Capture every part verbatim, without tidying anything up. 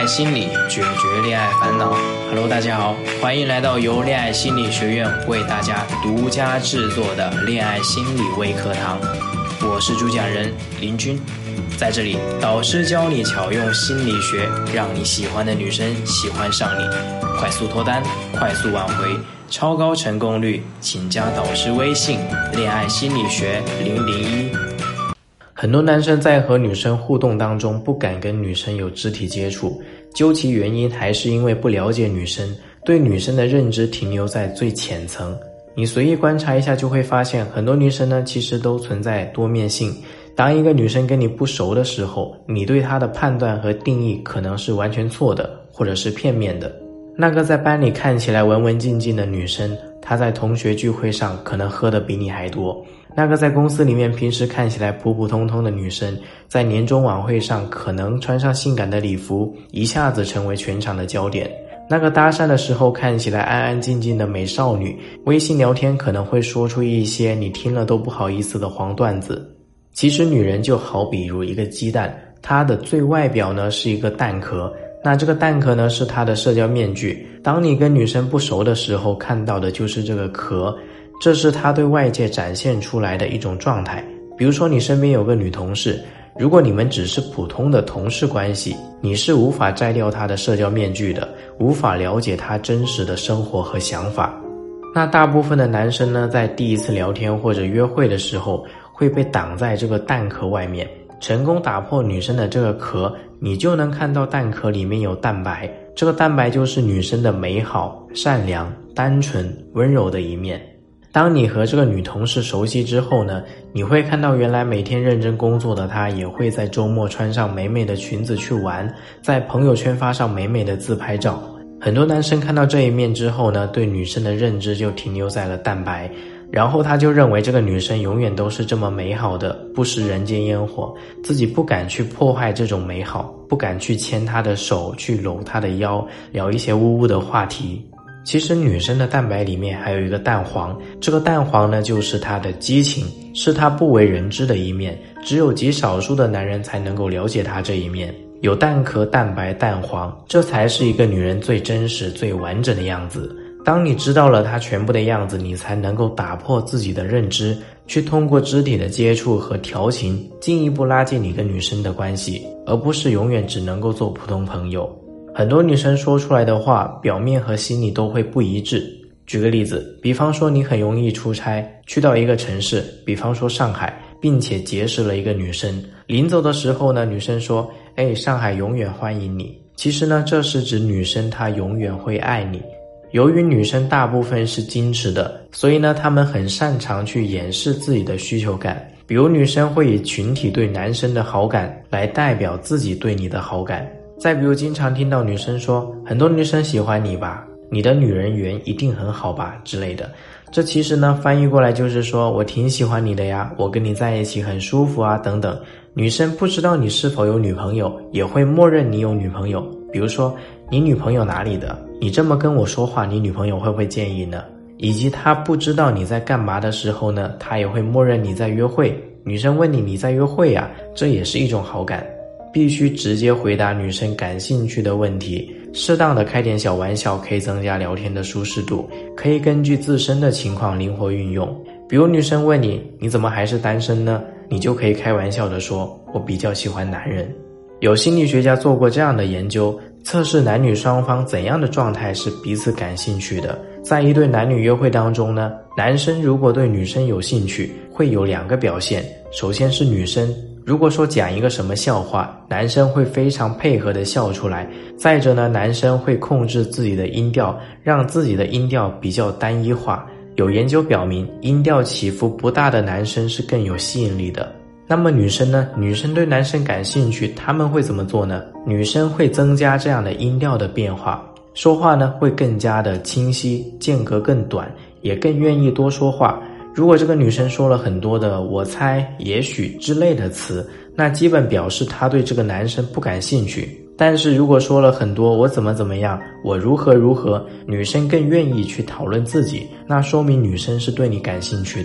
爱心理，解决恋爱烦恼。Hello， 大家好，欢迎来到由恋爱心理学院为大家独家制作的恋爱心理微课堂。我是主讲人林君，在这里，导师教你巧用心理学，让你喜欢的女生喜欢上你，快速脱单，快速挽回，超高成功率，请加导师微信恋爱心理学零零一。很多男生在和女生互动当中不敢跟女生有肢体接触，究其原因还是因为不了解女生，对女生的认知停留在最浅层。你随意观察一下就会发现，很多女生呢其实都存在多面性。当一个女生跟你不熟的时候，你对她的判断和定义可能是完全错的，或者是片面的。那个在班里看起来文文静静的女生，她在同学聚会上可能喝得比你还多。那个在公司里面平时看起来普普通通的女生，在年终晚会上可能穿上性感的礼服，一下子成为全场的焦点。那个搭讪的时候看起来安安静静的美少女，微信聊天可能会说出一些你听了都不好意思的黄段子。其实女人就好比如一个鸡蛋，它的最外表呢是一个蛋壳，那这个蛋壳呢是她的社交面具。当你跟女生不熟的时候，看到的就是这个壳，这是她对外界展现出来的一种状态。比如说你身边有个女同事，如果你们只是普通的同事关系，你是无法摘掉她的社交面具的，无法了解她真实的生活和想法。那大部分的男生呢，在第一次聊天或者约会的时候，会被挡在这个蛋壳外面。成功打破女生的这个壳，你就能看到蛋壳里面有蛋白，这个蛋白就是女生的美好、善良、单纯、温柔的一面。当你和这个女同事熟悉之后呢，你会看到原来每天认真工作的她也会在周末穿上美美的裙子去玩，在朋友圈发上美美的自拍照。很多男生看到这一面之后呢，对女生的认知就停留在了蛋白，然后他就认为这个女生永远都是这么美好的，不食人间烟火，自己不敢去破坏这种美好，不敢去牵她的手，去搂她的腰，聊一些污污的话题。其实女生的蛋白里面还有一个蛋黄，这个蛋黄呢就是她的激情，是她不为人知的一面，只有极少数的男人才能够了解她这一面。有蛋壳、蛋白、蛋黄，这才是一个女人最真实、最完整的样子。当你知道了她全部的样子，你才能够打破自己的认知，去通过肢体的接触和调情，进一步拉近你跟女生的关系，而不是永远只能够做普通朋友。很多女生说出来的话，表面和心里都会不一致。举个例子，比方说你很容易出差，去到一个城市，比方说上海，并且结识了一个女生。临走的时候呢，女生说，哎，上海永远欢迎你。其实呢，这是指女生她永远会爱你。由于女生大部分是矜持的，所以呢，她们很擅长去掩饰自己的需求感。比如女生会以群体对男生的好感来代表自己对你的好感。再比如经常听到女生说，很多女生喜欢你吧，你的女人缘一定很好吧之类的。这其实呢，翻译过来就是说，我挺喜欢你的呀，我跟你在一起很舒服啊等等。女生不知道你是否有女朋友，也会默认你有女朋友。比如说，你女朋友哪里的？你这么跟我说话，你女朋友会不会介意呢？以及她不知道你在干嘛的时候呢，她也会默认你在约会。女生问你你在约会啊，这也是一种好感。必须直接回答女生感兴趣的问题，适当的开点小玩笑可以增加聊天的舒适度，可以根据自身的情况灵活运用。比如女生问你，你怎么还是单身呢？你就可以开玩笑的说，我比较喜欢男人。有心理学家做过这样的研究，测试男女双方怎样的状态是彼此感兴趣的。在一对男女约会当中呢，男生如果对女生有兴趣，会有两个表现。首先是女生，如果说讲一个什么笑话，男生会非常配合的笑出来。再者呢，男生会控制自己的音调，让自己的音调比较单一化。有研究表明，音调起伏不大的男生是更有吸引力的。那么女生呢？女生对男生感兴趣，他们会怎么做呢？女生会增加这样的音调的变化，说话呢会更加的清晰，间隔更短，也更愿意多说话。如果这个女生说了很多的我猜、也许之类的词，那基本表示她对这个男生不感兴趣。但是如果说了很多我怎么怎么样，我如何如何，女生更愿意去讨论自己，那说明女生是对你感兴趣的。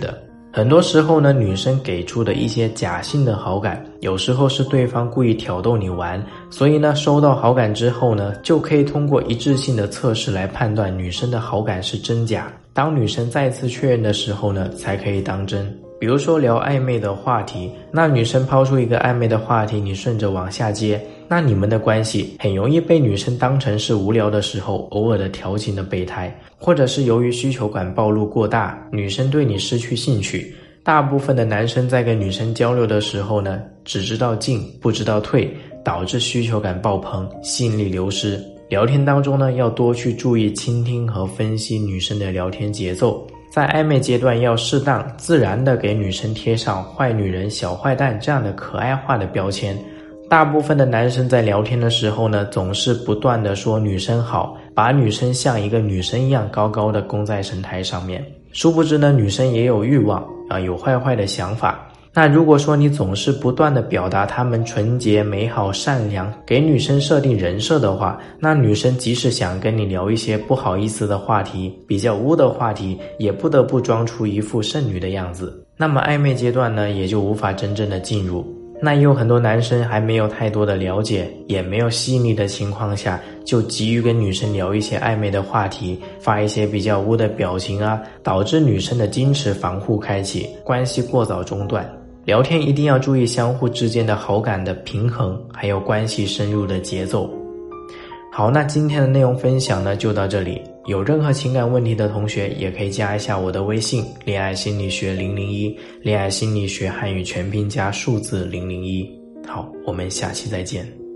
很多时候呢，女生给出的一些假性的好感，有时候是对方故意挑逗你玩，所以呢，收到好感之后呢，就可以通过一致性的测试来判断女生的好感是真假。当女生再次确认的时候呢，才可以当真。比如说聊暧昧的话题，那女生抛出一个暧昧的话题，你顺着往下接，那你们的关系很容易被女生当成是无聊的时候偶尔的调情的备胎，或者是由于需求感暴露过大，女生对你失去兴趣。大部分的男生在跟女生交流的时候呢，只知道进不知道退，导致需求感爆棚，吸引力流失。聊天当中呢，要多去注意倾听和分析女生的聊天节奏，在暧昧阶段要适当自然的给女生贴上坏女人、小坏蛋这样的可爱化的标签。大部分的男生在聊天的时候呢，总是不断的说女生好，把女生像一个女生一样高高的供在神台上面，殊不知呢，女生也有欲望啊，有坏坏的想法。那如果说你总是不断的表达她们纯洁、美好、善良，给女生设定人设的话，那女生即使想跟你聊一些不好意思的话题、比较污的话题，也不得不装出一副圣女的样子。那么暧昧阶段呢，也就无法真正的进入。那也有很多男生还没有太多的了解，也没有细腻的情况下，就急于跟女生聊一些暧昧的话题，发一些比较污的表情啊，导致女生的矜持防护开启，关系过早中断。聊天一定要注意相互之间的好感的平衡，还有关系深入的节奏。好，那今天的内容分享呢就到这里，有任何情感问题的同学也可以加一下我的微信，恋爱心理学零零一，恋爱心理学汉语全拼加数字零零一。好，我们下期再见。